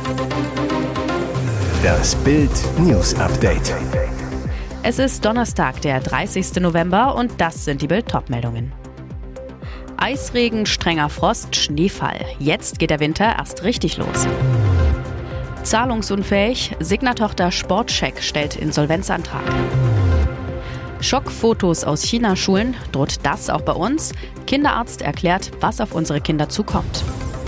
Das Bild News Update. Es ist Donnerstag, der 30. November und das sind die Bild-Top-Meldungen. Eisregen, strenger Frost, Schneefall. Jetzt geht der Winter erst richtig los. Zahlungsunfähig, Signa-Tochter Sportcheck stellt Insolvenzantrag. Schockfotos aus China-Schulen, droht das auch bei uns? Kinderarzt erklärt, was auf unsere Kinder zukommt.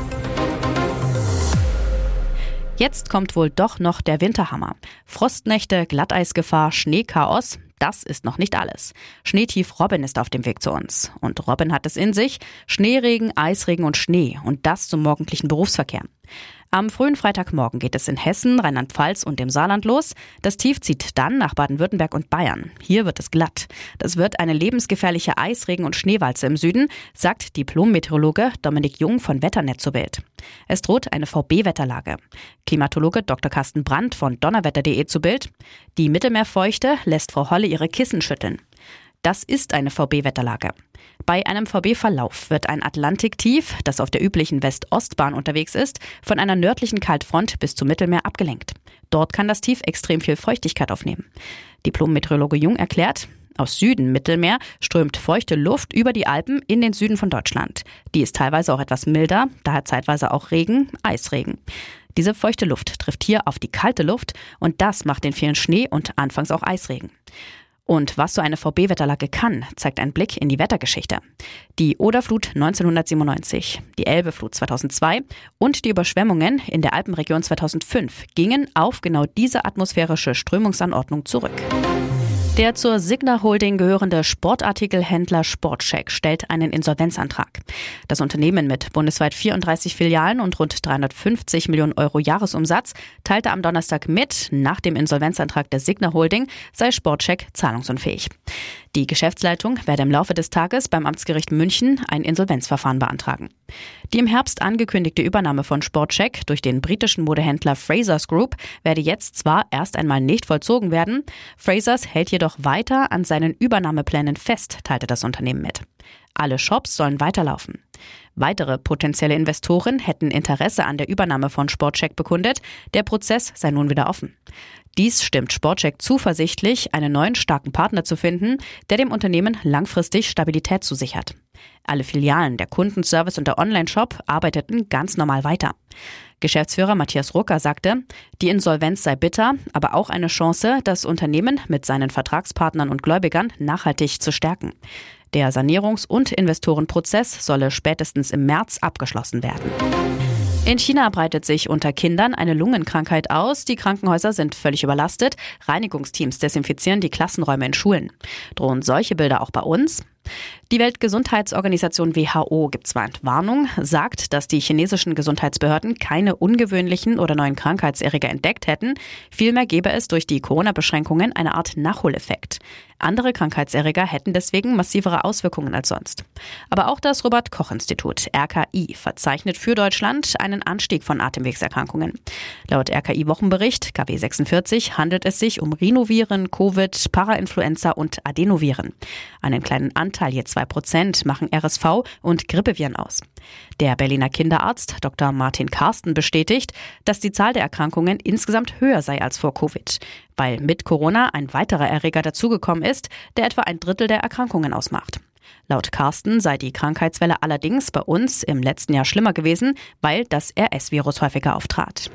Jetzt kommt wohl doch noch der Winterhammer. Frostnächte, Glatteisgefahr, Schneechaos. Das ist noch nicht alles. Schneetief Robin ist auf dem Weg zu uns. Und Robin hat es in sich. Schneeregen, Eisregen und Schnee. Und das zum morgendlichen Berufsverkehr. Am frühen Freitagmorgen geht es in Hessen, Rheinland-Pfalz und dem Saarland los. Das Tief zieht dann nach Baden-Württemberg und Bayern. Hier wird es glatt. Das wird eine lebensgefährliche Eisregen- und Schneewalze im Süden, sagt Diplom-Meteorologe Dominik Jung von Wetternet zur Bild. Es droht eine VB-Wetterlage. Klimatologe Dr. Carsten Brandt von donnerwetter.de zu Bild. Die Mittelmeerfeuchte lässt Frau Holle ihre Kissen schütteln. Das ist eine VB-Wetterlage. Bei einem VB-Verlauf wird ein Atlantiktief, das auf der üblichen West-Ost-Bahn unterwegs ist, von einer nördlichen Kaltfront bis zum Mittelmeer abgelenkt. Dort kann das Tief extrem viel Feuchtigkeit aufnehmen. Diplom-Meteorologe Jung erklärt, aus Süden Mittelmeer strömt feuchte Luft über die Alpen in den Süden von Deutschland. Die ist teilweise auch etwas milder, daher zeitweise auch Regen, Eisregen. Diese feuchte Luft trifft hier auf die kalte Luft und das macht den vielen Schnee und anfangs auch Eisregen. Und was so eine VB-Wetterlage kann, zeigt ein Blick in die Wettergeschichte. Die Oderflut 1997, die Elbeflut 2002 und die Überschwemmungen in der Alpenregion 2005 gingen auf genau diese atmosphärische Strömungsanordnung zurück. Der zur Signa Holding gehörende Sportartikelhändler Sportcheck stellt einen Insolvenzantrag. Das Unternehmen mit bundesweit 34 Filialen und rund 350 Millionen Euro Jahresumsatz teilte am Donnerstag mit, nach dem Insolvenzantrag der Signa Holding sei Sportcheck zahlungsunfähig. Die Geschäftsleitung werde im Laufe des Tages beim Amtsgericht München ein Insolvenzverfahren beantragen. Die im Herbst angekündigte Übernahme von Sportcheck durch den britischen Modehändler Frasers Group werde jetzt zwar erst einmal nicht vollzogen werden, Frasers hält jedoch weiter an seinen Übernahmeplänen fest, teilte das Unternehmen mit. Alle Shops sollen weiterlaufen. Weitere potenzielle Investoren hätten Interesse an der Übernahme von Sportcheck bekundet. Der Prozess sei nun wieder offen. Dies stimmt Sportcheck zuversichtlich, einen neuen starken Partner zu finden, der dem Unternehmen langfristig Stabilität zusichert. Alle Filialen, der Kundenservice und der Onlineshop arbeiteten ganz normal weiter. Geschäftsführer Matthias Rucker sagte, die Insolvenz sei bitter, aber auch eine Chance, das Unternehmen mit seinen Vertragspartnern und Gläubigern nachhaltig zu stärken. Der Sanierungs- und Investorenprozess solle spätestens im März abgeschlossen werden. In China breitet sich unter Kindern eine Lungenkrankheit aus. Die Krankenhäuser sind völlig überlastet. Reinigungsteams desinfizieren die Klassenräume in Schulen. Drohen solche Bilder auch bei uns? Die Weltgesundheitsorganisation WHO gibt zwar Entwarnung, sagt, dass die chinesischen Gesundheitsbehörden keine ungewöhnlichen oder neuen Krankheitserreger entdeckt hätten. Vielmehr gäbe es durch die Corona-Beschränkungen eine Art Nachholeffekt. Andere Krankheitserreger hätten deswegen massivere Auswirkungen als sonst. Aber auch das Robert-Koch-Institut, RKI, verzeichnet für Deutschland einen Anstieg von Atemwegserkrankungen. Laut RKI-Wochenbericht KW 46 handelt es sich um Rhinoviren, Covid, Parainfluenza und Adenoviren. Einen kleinen Anteil, je 2%, machen RSV und Grippeviren aus. Der Berliner Kinderarzt Dr. Martin Carsten bestätigt, dass die Zahl der Erkrankungen insgesamt höher sei als vor Covid, weil mit Corona ein weiterer Erreger dazugekommen ist, der etwa 1/3 der Erkrankungen ausmacht. Laut Carsten sei die Krankheitswelle allerdings bei uns im letzten Jahr schlimmer gewesen, weil das RS-Virus häufiger auftrat.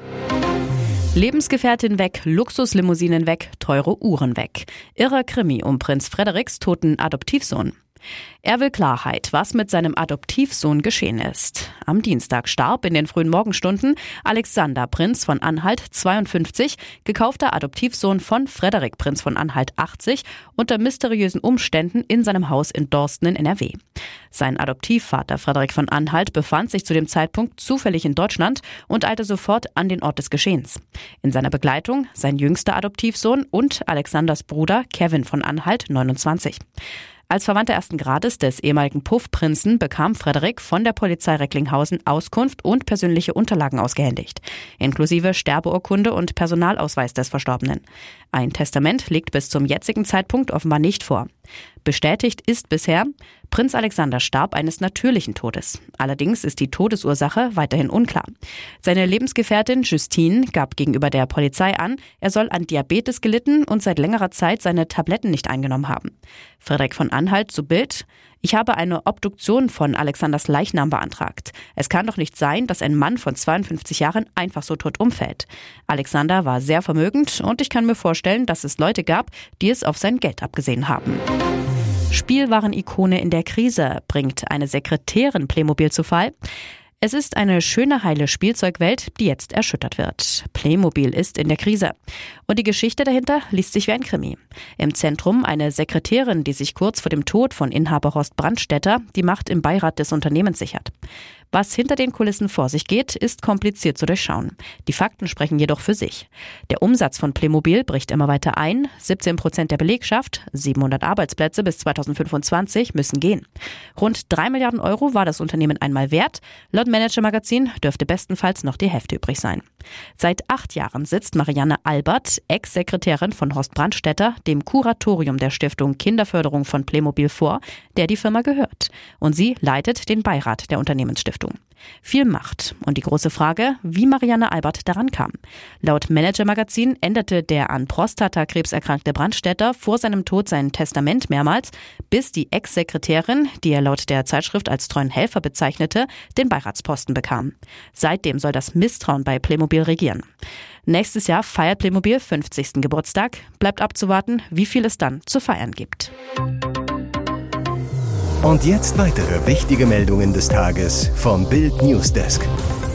Lebensgefährtin weg, Luxuslimousinen weg, teure Uhren weg. Irrer Krimi um Prinz Frederiks toten Adoptivsohn. Er will Klarheit, was mit seinem Adoptivsohn geschehen ist. Am Dienstag starb in den frühen Morgenstunden Alexander Prinz von Anhalt, 52, gekaufter Adoptivsohn von Frederik Prinz von Anhalt, 80, unter mysteriösen Umständen in seinem Haus in Dorsten in NRW. Sein Adoptivvater Frederik von Anhalt befand sich zu dem Zeitpunkt zufällig in Deutschland und eilte sofort an den Ort des Geschehens. In seiner Begleitung sein jüngster Adoptivsohn und Alexanders Bruder Kevin von Anhalt, 29. Als Verwandter ersten Grades des ehemaligen Puffprinzen bekam Frederik von der Polizei Recklinghausen Auskunft und persönliche Unterlagen ausgehändigt, inklusive Sterbeurkunde und Personalausweis des Verstorbenen. Ein Testament liegt bis zum jetzigen Zeitpunkt offenbar nicht vor. Bestätigt ist bisher, Prinz Alexander starb eines natürlichen Todes. Allerdings ist die Todesursache weiterhin unklar. Seine Lebensgefährtin Justine gab gegenüber der Polizei an, er soll an Diabetes gelitten und seit längerer Zeit seine Tabletten nicht eingenommen haben. Frederik von Anhalt zu Bild: Ich habe eine Obduktion von Alexanders Leichnam beantragt. Es kann doch nicht sein, dass ein Mann von 52 Jahren einfach so tot umfällt. Alexander war sehr vermögend und ich kann mir vorstellen, dass es Leute gab, die es auf sein Geld abgesehen haben. Spielwarenikone in der Krise, bringt eine Sekretärin Playmobil zu Fall. Es ist eine schöne, heile Spielzeugwelt, die jetzt erschüttert wird. Playmobil ist in der Krise. Und die Geschichte dahinter liest sich wie ein Krimi. Im Zentrum eine Sekretärin, die sich kurz vor dem Tod von Inhaber Horst Brandstätter die Macht im Beirat des Unternehmens sichert. Was hinter den Kulissen vor sich geht, ist kompliziert zu durchschauen. Die Fakten sprechen jedoch für sich. Der Umsatz von Playmobil bricht immer weiter ein. 17% der Belegschaft, 700 Arbeitsplätze bis 2025 müssen gehen. Rund 3 Milliarden Euro war das Unternehmen einmal wert. Laut Manager-Magazin dürfte bestenfalls noch die Hälfte übrig sein. Seit 8 Jahren sitzt Marianne Albert, Ex-Sekretärin von Horst Brandstätter, dem Kuratorium der Stiftung Kinderförderung von Playmobil vor, der die Firma gehört. Und sie leitet den Beirat der Unternehmensstiftung. Viel Macht. Und die große Frage, wie Marianne Albert daran kam. Laut Manager-Magazin änderte der an Prostatakrebs erkrankte Brandstätter vor seinem Tod sein Testament mehrmals, bis die Ex-Sekretärin, die er laut der Zeitschrift als treuen Helfer bezeichnete, den Beiratsposten bekam. Seitdem soll das Misstrauen bei Playmobil regieren. Nächstes Jahr feiert Playmobil 50. Geburtstag. Bleibt abzuwarten, wie viel es dann zu feiern gibt. Und jetzt weitere wichtige Meldungen des Tages vom Bild Newsdesk.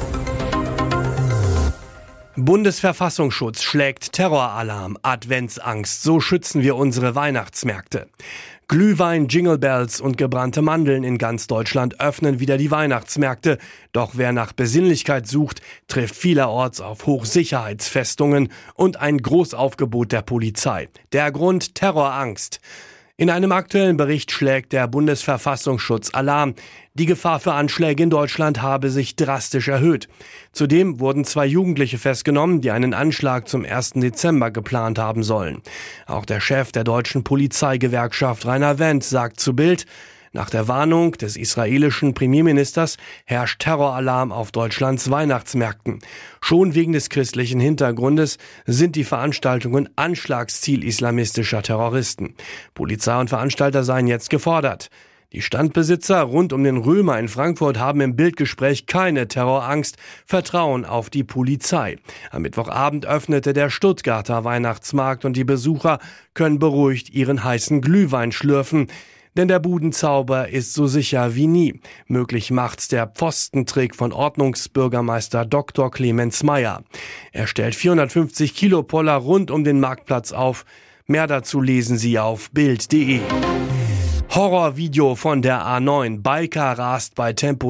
Bundesverfassungsschutz schlägt Terroralarm, Adventsangst, so schützen wir unsere Weihnachtsmärkte. Glühwein, Jingle Bells und gebrannte Mandeln in ganz Deutschland öffnen wieder die Weihnachtsmärkte. Doch wer nach Besinnlichkeit sucht, trifft vielerorts auf Hochsicherheitsfestungen und ein Großaufgebot der Polizei. Der Grund: Terrorangst. In einem aktuellen Bericht schlägt der Bundesverfassungsschutz Alarm. Die Gefahr für Anschläge in Deutschland habe sich drastisch erhöht. Zudem wurden 2 Jugendliche festgenommen, die einen Anschlag zum 1. Dezember geplant haben sollen. Auch der Chef der deutschen Polizeigewerkschaft Rainer Wendt sagt zu Bild: Nach der Warnung des israelischen Premierministers herrscht Terroralarm auf Deutschlands Weihnachtsmärkten. Schon wegen des christlichen Hintergrundes sind die Veranstaltungen Anschlagsziel islamistischer Terroristen. Polizei und Veranstalter seien jetzt gefordert. Die Standbesitzer rund um den Römer in Frankfurt haben im Bildgespräch keine Terrorangst, Vertrauen auf die Polizei. Am Mittwochabend öffnete der Stuttgarter Weihnachtsmarkt und die Besucher können beruhigt ihren heißen Glühwein schlürfen. Denn der Budenzauber ist so sicher wie nie. Möglich macht's der Pfostentrick von Ordnungsbürgermeister Dr. Clemens Meyer. Er stellt 450 Kilo Poller rund um den Marktplatz auf. Mehr dazu lesen Sie auf Bild.de. Horrorvideo von der A9. Biker rast bei Tempo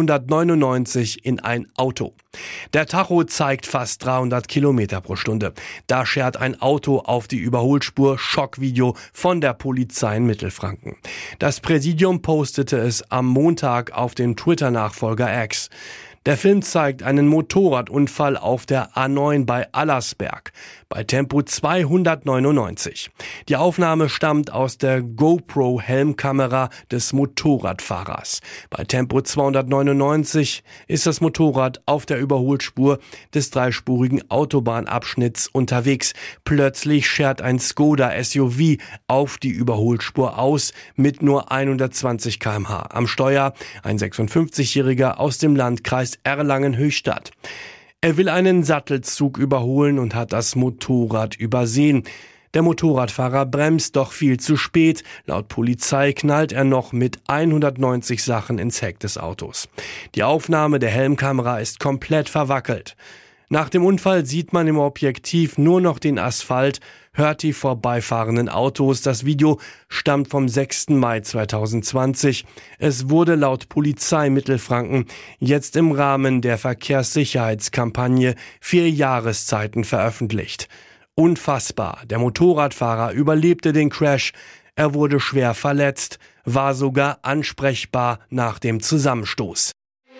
299 in ein Auto. Der Tacho zeigt fast 300 Kilometer pro Stunde. Da schert ein Auto auf die Überholspur. Schockvideo von der Polizei in Mittelfranken. Das Präsidium postete es am Montag auf dem Twitter-Nachfolger X. Der Film zeigt einen Motorradunfall auf der A9 bei Allersberg bei Tempo 299. Die Aufnahme stammt aus der GoPro-Helmkamera des Motorradfahrers. Bei Tempo 299 ist das Motorrad auf der Überholspur des dreispurigen Autobahnabschnitts unterwegs. Plötzlich schert ein Skoda SUV auf die Überholspur aus mit nur 120 km/h. Am Steuer ein 56-Jähriger aus dem Landkreis Erlangen-Höchstadt. Er will einen Sattelzug überholen und hat das Motorrad übersehen. Der Motorradfahrer bremst, doch viel zu spät. Laut Polizei knallt er noch mit 190 Sachen ins Heck des Autos. Die Aufnahme der Helmkamera ist komplett verwackelt. Nach dem Unfall sieht man im Objektiv nur noch den Asphalt, hört die vorbeifahrenden Autos. Das Video stammt vom 6. Mai 2020. Es wurde laut Polizei Mittelfranken jetzt im Rahmen der Verkehrssicherheitskampagne 4 Jahreszeiten veröffentlicht. Unfassbar. Der Motorradfahrer überlebte den Crash. Er wurde schwer verletzt, war sogar ansprechbar nach dem Zusammenstoß.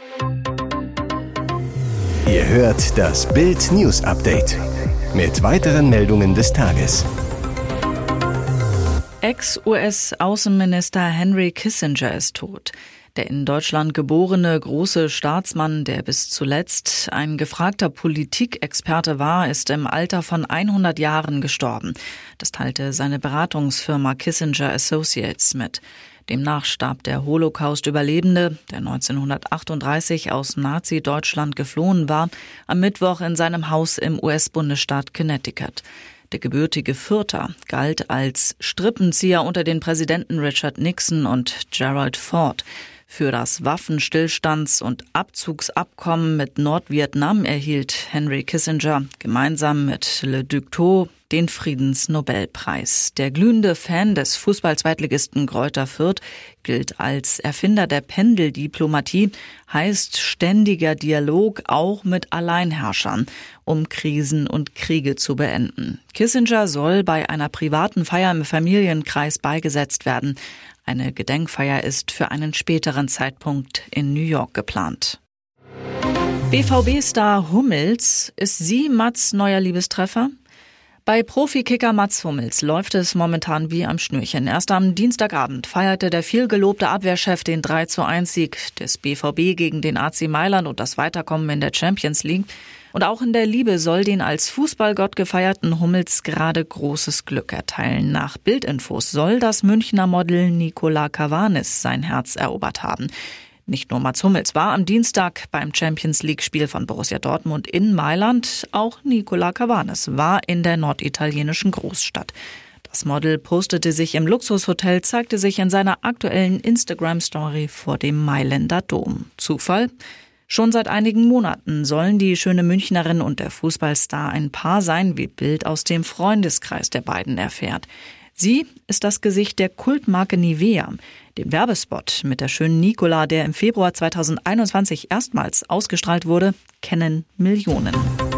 Ihr hört das Bild News Update mit weiteren Meldungen des Tages. Ex-US-Außenminister Henry Kissinger ist tot. Der in Deutschland geborene große Staatsmann, der bis zuletzt ein gefragter Politikexperte war, ist im Alter von 100 Jahren gestorben. Das teilte seine Beratungsfirma Kissinger Associates mit. Demnach starb der Holocaust-Überlebende, der 1938 aus Nazi-Deutschland geflohen war, am Mittwoch in seinem Haus im US-Bundesstaat Connecticut. Der gebürtige Fürther galt als Strippenzieher unter den Präsidenten Richard Nixon und Gerald Ford. Für das Waffenstillstands- und Abzugsabkommen mit Nordvietnam erhielt Henry Kissinger gemeinsam mit Le Duc Tho den Friedensnobelpreis. Der glühende Fan des Fußball-Zweitligisten Greuther Fürth gilt als Erfinder der Pendeldiplomatie, heißt ständiger Dialog auch mit Alleinherrschern, um Krisen und Kriege zu beenden. Kissinger soll bei einer privaten Feier im Familienkreis beigesetzt werden. Eine Gedenkfeier ist für einen späteren Zeitpunkt in New York geplant. BVB-Star Hummels, ist sie Mats' neuer Liebestreffer? Bei Profikicker Mats Hummels läuft es momentan wie am Schnürchen. Erst am Dienstagabend feierte der vielgelobte Abwehrchef den 3:1-Sieg des BVB gegen den AC Mailand und das Weiterkommen in der Champions League. Und auch in der Liebe soll den als Fußballgott gefeierten Hummels gerade großes Glück erteilen. Nach Bildinfos soll das Münchner Model Nikola Cavanis sein Herz erobert haben. Nicht nur Mats Hummels war am Dienstag beim Champions-League-Spiel von Borussia Dortmund in Mailand. Auch Nikola Cavanis war in der norditalienischen Großstadt. Das Model postete sich im Luxushotel, zeigte sich in seiner aktuellen Instagram-Story vor dem Mailänder Dom. Zufall? Schon seit einigen Monaten sollen die schöne Münchnerin und der Fußballstar ein Paar sein, wie Bild aus dem Freundeskreis der beiden erfährt. Sie ist das Gesicht der Kultmarke Nivea. Den Werbespot mit der schönen Nikola, der im Februar 2021 erstmals ausgestrahlt wurde, kennen Millionen.